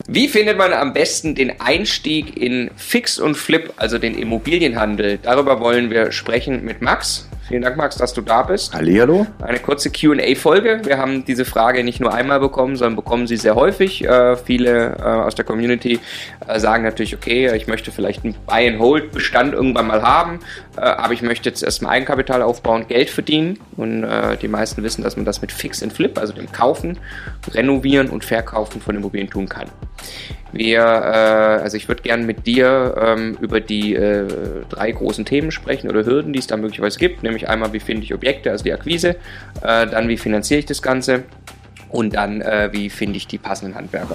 Wie findet man am besten den Einstieg in Fix und Flip, also den Immobilienhandel? Darüber wollen wir sprechen mit Max. Vielen Dank, Max, dass du da bist. Hallihallo. Eine kurze Q&A-Folge. Wir haben diese Frage nicht nur einmal bekommen, sondern bekommen sie sehr häufig. Viele aus der Community sagen natürlich, okay, ich möchte vielleicht einen Buy-and-Hold-Bestand irgendwann mal haben, aber ich möchte jetzt erstmal Eigenkapital aufbauen, Geld verdienen. Und die meisten wissen, dass man das mit Fix and Flip, also dem Kaufen, Renovieren und Verkaufen von Immobilien tun kann. Also ich würde gerne mit dir über die 3 großen Themen sprechen oder Hürden, die es da möglicherweise gibt, nämlich einmal, wie finde ich Objekte, also die Akquise, dann wie finanziere ich das Ganze und dann wie finde ich die passenden Handwerker.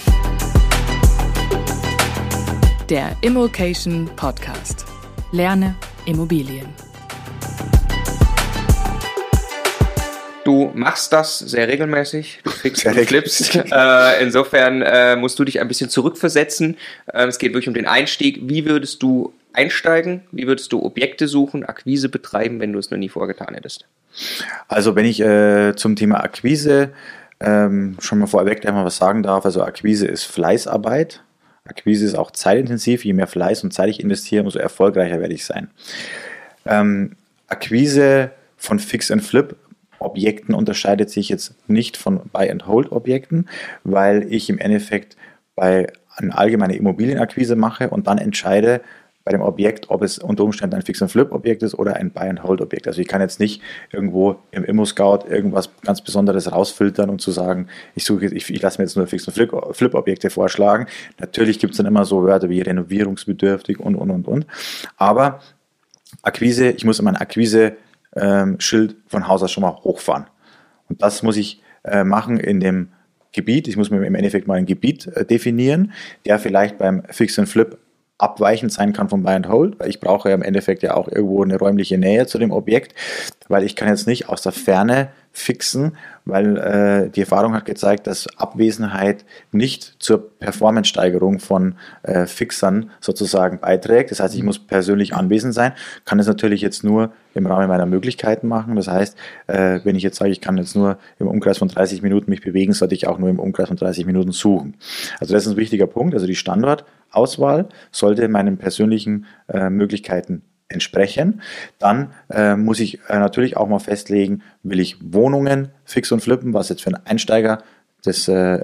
Der Immokation Podcast. Lerne Immobilien. Du machst das sehr regelmäßig, du fixst und flippst. Insofern musst du dich ein bisschen zurückversetzen. Es geht wirklich um den Einstieg. Wie würdest du einsteigen? Wie würdest du Objekte suchen, Akquise betreiben, wenn du es noch nie vorgetan hättest? Also wenn ich zum Thema Akquise schon mal vorweg gleich mal was sagen darf. Also Akquise ist Fleißarbeit. Akquise ist auch zeitintensiv. Je mehr Fleiß und Zeit ich investiere, umso erfolgreicher werde ich sein. Akquise von Fix and Flip Objekten unterscheidet sich jetzt nicht von Buy-and-Hold-Objekten, weil ich im Endeffekt eine allgemeine Immobilienakquise mache und dann entscheide bei dem Objekt, ob es unter Umständen ein Fix-and-Flip-Objekt ist oder ein Buy-and-Hold-Objekt. Also ich kann jetzt nicht irgendwo im Immo-Scout irgendwas ganz Besonderes rausfiltern und zu sagen, ich lasse mir jetzt nur Fix-and-Flip-Objekte vorschlagen. Natürlich gibt es dann immer so Wörter wie renovierungsbedürftig und. Aber Akquise, ich muss mein Akquise-Schild von Haus aus schon mal hochfahren. Und das muss ich machen in dem Gebiet. Ich muss mir im Endeffekt mal ein Gebiet definieren, der vielleicht beim Fix and Flip abweichend sein kann vom Buy and Hold, weil ich brauche ja im Endeffekt ja auch irgendwo eine räumliche Nähe zu dem Objekt, weil ich kann jetzt nicht aus der Ferne fixen, weil die Erfahrung hat gezeigt, dass Abwesenheit nicht zur Performance-Steigerung von Fixern sozusagen beiträgt. Das heißt, ich muss persönlich anwesend sein, kann es natürlich jetzt nur im Rahmen meiner Möglichkeiten machen. Das heißt, wenn ich jetzt sage, ich kann jetzt nur im Umkreis von 30 Minuten mich bewegen, sollte ich auch nur im Umkreis von 30 Minuten suchen. Also das ist ein wichtiger Punkt. Also die Standortauswahl sollte meinen persönlichen Möglichkeiten entsprechen. Dann muss ich natürlich auch mal festlegen, will ich Wohnungen fix und flippen, was jetzt für einen Einsteiger die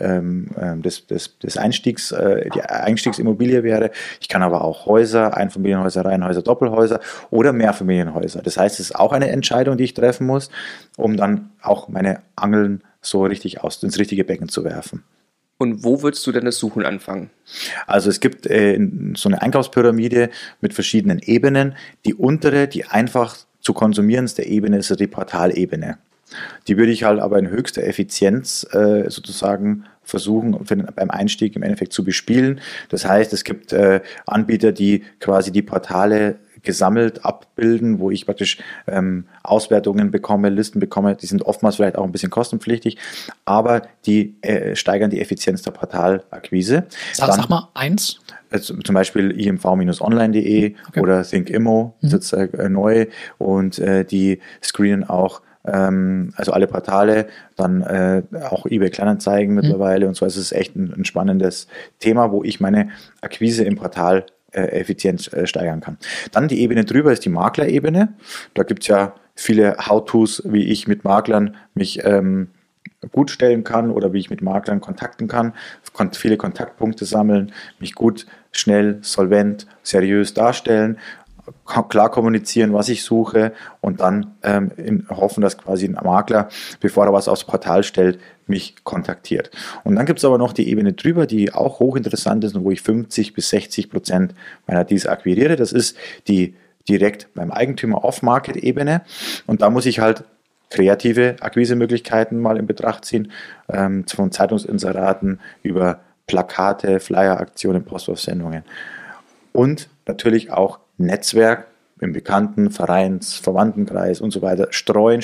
Einstiegsimmobilie wäre. Ich kann aber auch Häuser, Einfamilienhäuser, Reihenhäuser, Doppelhäuser oder Mehrfamilienhäuser. Das heißt, es ist auch eine Entscheidung, die ich treffen muss, um dann auch meine Angeln so richtig ins richtige Becken zu werfen. Und wo würdest du denn das Suchen anfangen? Also es gibt so eine Einkaufspyramide mit verschiedenen Ebenen. Die untere, die einfach zu konsumierendste Ebene ist die Portalebene. Die würde ich halt aber in höchster Effizienz sozusagen versuchen beim Einstieg im Endeffekt zu bespielen. Das heißt, es gibt Anbieter, die quasi die Portale gesammelt abbilden, wo ich praktisch Auswertungen bekomme, Listen bekomme, die sind oftmals vielleicht auch ein bisschen kostenpflichtig, aber die steigern die Effizienz der Portalakquise. Sag mal eins. Zum Beispiel imv-online.de okay. Oder ThinkImmo ist jetzt neu und die screenen auch also alle Portale, dann auch eBay Kleinanzeigen mittlerweile und so. Also es ist echt ein spannendes Thema, wo ich meine Akquise im Portal effizient steigern kann. Dann die Ebene drüber ist die Maklerebene. Da gibt es ja viele How-Tos, wie ich mit Maklern mich gut stellen kann oder wie ich mit Maklern kontakten kann, viele Kontaktpunkte sammeln, mich gut, schnell, solvent, seriös darstellen, klar kommunizieren, was ich suche und dann hoffen, dass quasi ein Makler, bevor er was aufs Portal stellt, mich kontaktiert. Und dann gibt es aber noch die Ebene drüber, die auch hochinteressant ist und wo ich 50-60% meiner Deals akquiriere. Das ist die direkt beim Eigentümer Off-Market-Ebene und da muss ich halt kreative Akquisemöglichkeiten mal in Betracht ziehen, von Zeitungsinseraten über Plakate, Flyer-Aktionen, Postwurfsendungen und natürlich auch Netzwerk im Bekannten-, Vereins-, Verwandtenkreis und so weiter streuen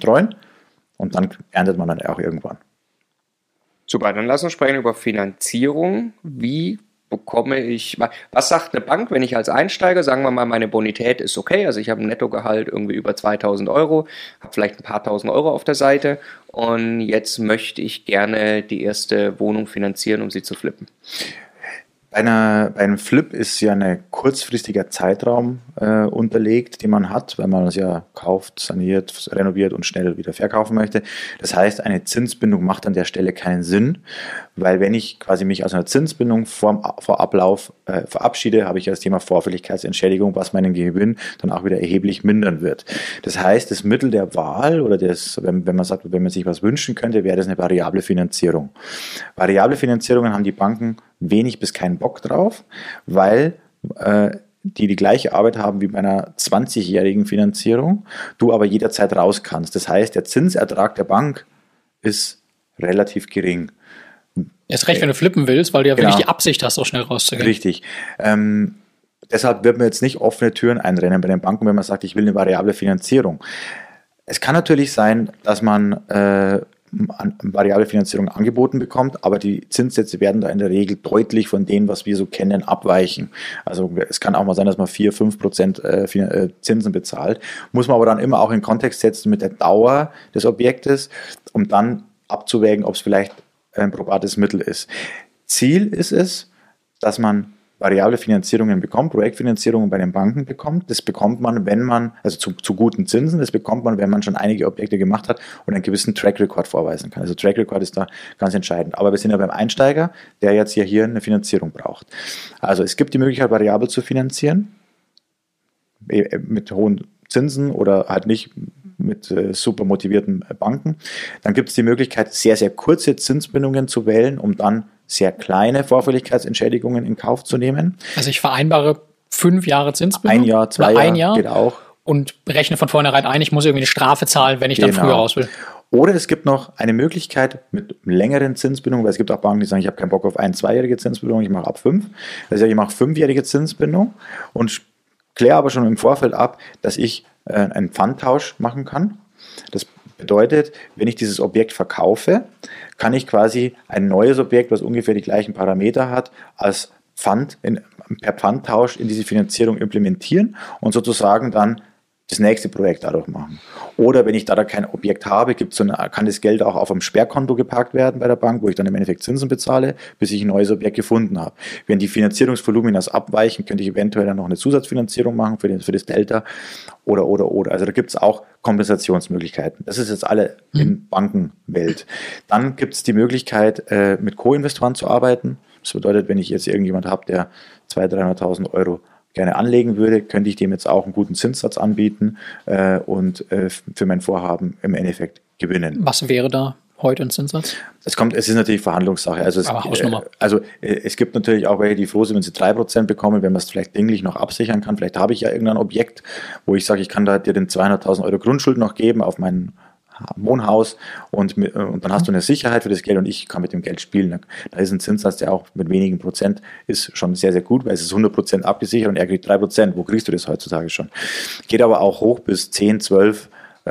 und dann erntet man dann auch irgendwann. Super, dann lass uns sprechen über Finanzierung. Wie bekomme ich, was sagt eine Bank, wenn ich als Einsteiger, sagen wir mal, meine Bonität ist okay, also ich habe ein Nettogehalt irgendwie über 2.000 Euro, habe vielleicht ein paar tausend Euro auf der Seite und jetzt möchte ich gerne die erste Wohnung finanzieren, um sie zu flippen. Bei einem Flip ist ja ein kurzfristiger Zeitraum unterlegt, den man hat, weil man es ja kauft, saniert, renoviert und schnell wieder verkaufen möchte. Das heißt, eine Zinsbindung macht an der Stelle keinen Sinn, weil wenn ich quasi mich aus einer Zinsbindung vor Ablauf verabschiede, habe ich ja das Thema Vorfälligkeitsentschädigung, was meinen Gewinn dann auch wieder erheblich mindern wird. Das heißt, das Mittel der Wahl oder wenn man sagt, wenn man sich was wünschen könnte, wäre das eine variable Finanzierung. Variable Finanzierungen haben die Banken wenig bis keinen Bock drauf, weil die gleiche Arbeit haben wie bei einer 20-jährigen Finanzierung, du aber jederzeit raus kannst. Das heißt, der Zinsertrag der Bank ist relativ gering. Erst recht, wenn du flippen willst, weil du ja wirklich die Absicht hast, auch schnell rauszugehen. Richtig. Deshalb wird man jetzt nicht offene Türen einrennen bei den Banken, wenn man sagt, ich will eine variable Finanzierung. Es kann natürlich sein, dass man variable Finanzierung angeboten bekommt, aber die Zinssätze werden da in der Regel deutlich von denen, was wir so kennen, abweichen. Also es kann auch mal sein, dass man 4-5% Zinsen bezahlt, muss man aber dann immer auch in Kontext setzen mit der Dauer des Objektes, um dann abzuwägen, ob es vielleicht ein probates Mittel ist. Ziel ist es, dass man variable Finanzierungen bekommt, Projektfinanzierungen bei den Banken bekommt. Das bekommt man, wenn man, also zu guten Zinsen, das bekommt man, wenn man schon einige Objekte gemacht hat und einen gewissen Track Record vorweisen kann. Also Track Record ist da ganz entscheidend. Aber wir sind ja beim Einsteiger, der jetzt ja hier eine Finanzierung braucht. Also es gibt die Möglichkeit, variabel zu finanzieren, mit hohen Zinsen oder halt nicht mit super motivierten Banken. Dann gibt es die Möglichkeit, sehr, sehr kurze Zinsbindungen zu wählen, um dann sehr kleine Vorfälligkeitsentschädigungen in Kauf zu nehmen. Also ich vereinbare 5 Jahre Zinsbindung. 1 Jahr, 2 Jahre geht auch. Und berechne von vornherein ein, ich muss irgendwie eine Strafe zahlen, wenn ich dann früher raus will. Oder es gibt noch eine Möglichkeit mit längeren Zinsbindungen, weil es gibt auch Banken, die sagen, ich habe keinen Bock auf 1-2-jährige Zinsbindung, ich mache ab 5. Also ich mache 5-jährige Zinsbindung und kläre aber schon im Vorfeld ab, dass ich einen Pfandtausch machen kann. Das bedeutet, wenn ich dieses Objekt verkaufe, kann ich quasi ein neues Objekt, was ungefähr die gleichen Parameter hat, als per Pfandtausch in diese Finanzierung implementieren und sozusagen dann das nächste Projekt dadurch machen. Oder wenn ich da kein Objekt habe, kann das Geld auch auf einem Sperrkonto geparkt werden bei der Bank, wo ich dann im Endeffekt Zinsen bezahle, bis ich ein neues Objekt gefunden habe. Wenn die Finanzierungsvolumina abweichen, könnte ich eventuell dann noch eine Zusatzfinanzierung machen für das Delta oder. Also da gibt es auch Kompensationsmöglichkeiten. Das ist jetzt alle in Bankenwelt. Dann gibt es die Möglichkeit, mit Co-Investoren zu arbeiten. Das bedeutet, wenn ich jetzt irgendjemand habe, der 200.000, 300.000 Euro gerne anlegen würde, könnte ich dem jetzt auch einen guten Zinssatz anbieten und für mein Vorhaben im Endeffekt gewinnen. Was wäre da heute ein Zinssatz? Es ist natürlich Verhandlungssache. Also es gibt natürlich auch welche, die froh sind, wenn sie 3% bekommen, wenn man es vielleicht dinglich noch absichern kann. Vielleicht habe ich ja irgendein Objekt, wo ich sage, ich kann da dir den 200.000 Euro Grundschuld noch geben auf mein Wohnhaus und dann hast du eine Sicherheit für das Geld und ich kann mit dem Geld spielen. Da ist ein Zinssatz, der auch mit wenigen Prozent ist schon sehr, sehr gut, weil es ist 100% abgesichert und er kriegt 3%. Wo kriegst du das heutzutage schon? Geht aber auch hoch bis 10, 12%,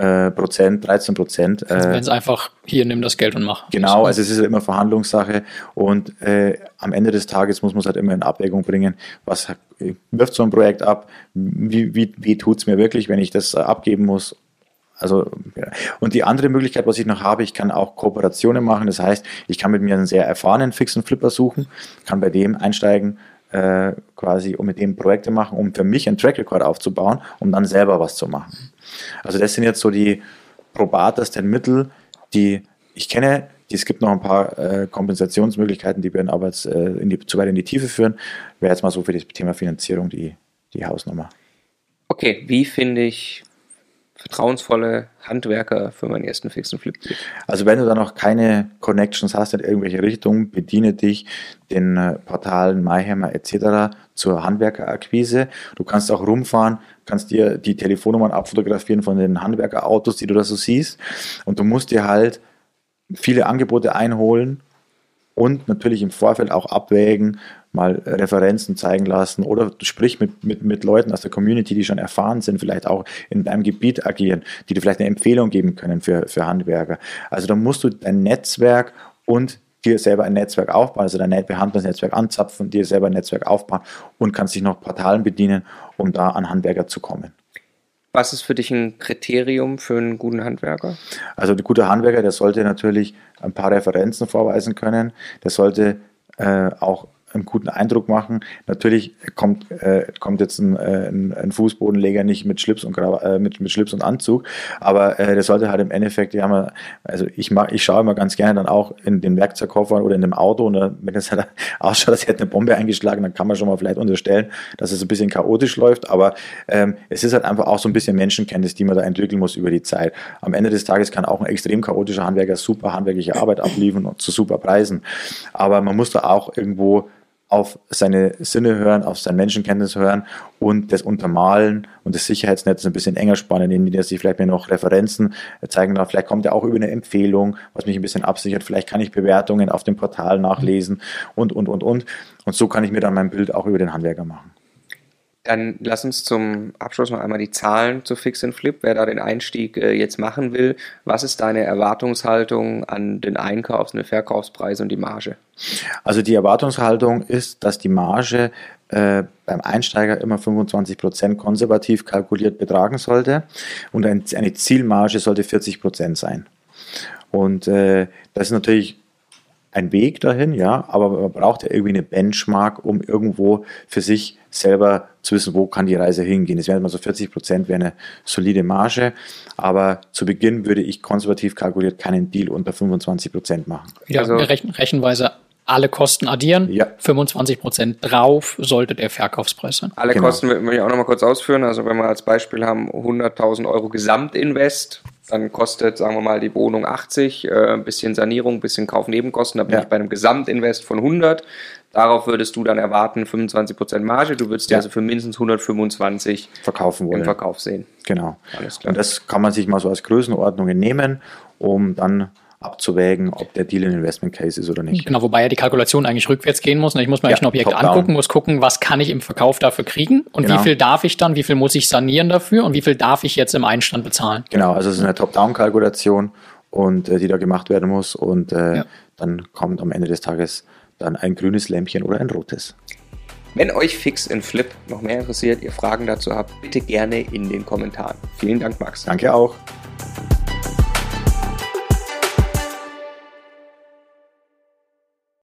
13%. Also wenn es einfach, hier, nimm das Geld und mach. Genau, also es ist immer Verhandlungssache und am Ende des Tages muss man es halt immer in Abwägung bringen, was wirft so ein Projekt ab, wie tut es mir wirklich, wenn ich das abgeben muss. Also, und die andere Möglichkeit, was ich noch habe, ich kann auch Kooperationen machen. Das heißt, ich kann mit mir einen sehr erfahrenen fixen Flipper suchen, kann bei dem einsteigen, quasi, um mit dem Projekte machen, um für mich einen Track Record aufzubauen, um dann selber was zu machen. Also das sind jetzt so die probatesten Mittel, die ich kenne. Es gibt noch ein paar Kompensationsmöglichkeiten, die werden aber jetzt zu weit in die Tiefe führen. Wäre jetzt mal so für das Thema Finanzierung die Hausnummer. Okay, wie finde ich vertrauensvolle Handwerker für meinen ersten fixen Flip? Also wenn du da noch keine Connections hast in irgendwelche Richtungen, bediene dich den Portalen MyHammer etc. zur Handwerkerakquise. Du kannst auch rumfahren, kannst dir die Telefonnummern abfotografieren von den Handwerkerautos, die du da so siehst, und du musst dir halt viele Angebote einholen und natürlich im Vorfeld auch abwägen, mal Referenzen zeigen lassen oder sprich mit Leuten aus der Community, die schon erfahren sind, vielleicht auch in deinem Gebiet agieren, die dir vielleicht eine Empfehlung geben können für Handwerker. Also da musst du dein Netzwerk und dir selber ein Netzwerk aufbauen, also dein Behandlungsnetzwerk anzapfen, dir selber ein Netzwerk aufbauen und kannst dich noch Portalen bedienen, um da an Handwerker zu kommen. Was ist für dich ein Kriterium für einen guten Handwerker? Also ein guter Handwerker, der sollte natürlich ein paar Referenzen vorweisen können, der sollte auch einen guten Eindruck machen. Natürlich kommt jetzt ein Fußbodenleger nicht mit Schlips und mit Schlips und Anzug, aber der sollte halt im Endeffekt, ich schaue immer ganz gerne dann auch in den Werkzeugkoffer oder in dem Auto, und wenn es halt ausschaut, als hätte eine Bombe eingeschlagen, dann kann man schon mal vielleicht unterstellen, dass es ein bisschen chaotisch läuft, aber es ist halt einfach auch so ein bisschen Menschenkenntnis, die man da entwickeln muss über die Zeit. Am Ende des Tages kann auch ein extrem chaotischer Handwerker super handwerkliche Arbeit abliefern und zu super Preisen, aber man muss da auch irgendwo auf seine Sinne hören, auf sein Menschenkenntnis hören und das Untermalen und das Sicherheitsnetz ein bisschen enger spannen, indem er sich vielleicht mir noch Referenzen zeigen darf. Vielleicht kommt er auch über eine Empfehlung, was mich ein bisschen absichert. Vielleicht kann ich Bewertungen auf dem Portal nachlesen und. Und so kann ich mir dann mein Bild auch über den Handwerker machen. Dann lass uns zum Abschluss noch einmal die Zahlen zu Fix and Flip, wer da den Einstieg jetzt machen will. Was ist deine Erwartungshaltung an den Einkaufs- und den Verkaufspreis und die Marge? Also die Erwartungshaltung ist, dass die Marge beim Einsteiger immer 25% konservativ kalkuliert betragen sollte und eine Zielmarge sollte 40% sein. Und das ist natürlich ein Weg dahin, ja, aber man braucht ja irgendwie eine Benchmark, um irgendwo für sich selber zu wissen, wo kann die Reise hingehen. Das wären mal so 40%, wäre eine solide Marge, aber zu Beginn würde ich konservativ kalkuliert keinen Deal unter 25% machen. Ja, also Rechenweise alle Kosten addieren, 25% drauf sollte der Verkaufspreis sein. Alle Kosten will ich auch noch mal kurz ausführen. Also wenn wir als Beispiel haben 100.000 Euro Gesamtinvest, dann kostet, sagen wir mal, die Wohnung 80, ein bisschen Sanierung, ein bisschen Kaufnebenkosten, da bin ich bei einem Gesamtinvest von 100. Darauf würdest du dann erwarten 25% Marge, du würdest dir also für mindestens 125 verkaufen wollen. Im Verkauf sehen. Genau. Alles klar. Und das kann man sich mal so als Größenordnungen nehmen, um dann abzuwägen, ob der Deal ein Investment Case ist oder nicht. Genau, wobei ja die Kalkulation eigentlich rückwärts gehen muss. Ich muss mir eigentlich ein Objekt angucken, muss gucken, was kann ich im Verkauf dafür kriegen und wie viel darf ich dann, wie viel muss ich sanieren dafür und wie viel darf ich jetzt im Einstand bezahlen. Genau, also es ist eine Top-Down-Kalkulation und die da gemacht werden muss und dann kommt am Ende des Tages dann ein grünes Lämpchen oder ein rotes. Wenn euch Fix and Flip noch mehr interessiert, ihr Fragen dazu habt, bitte gerne in den Kommentaren. Vielen Dank, Max. Danke auch.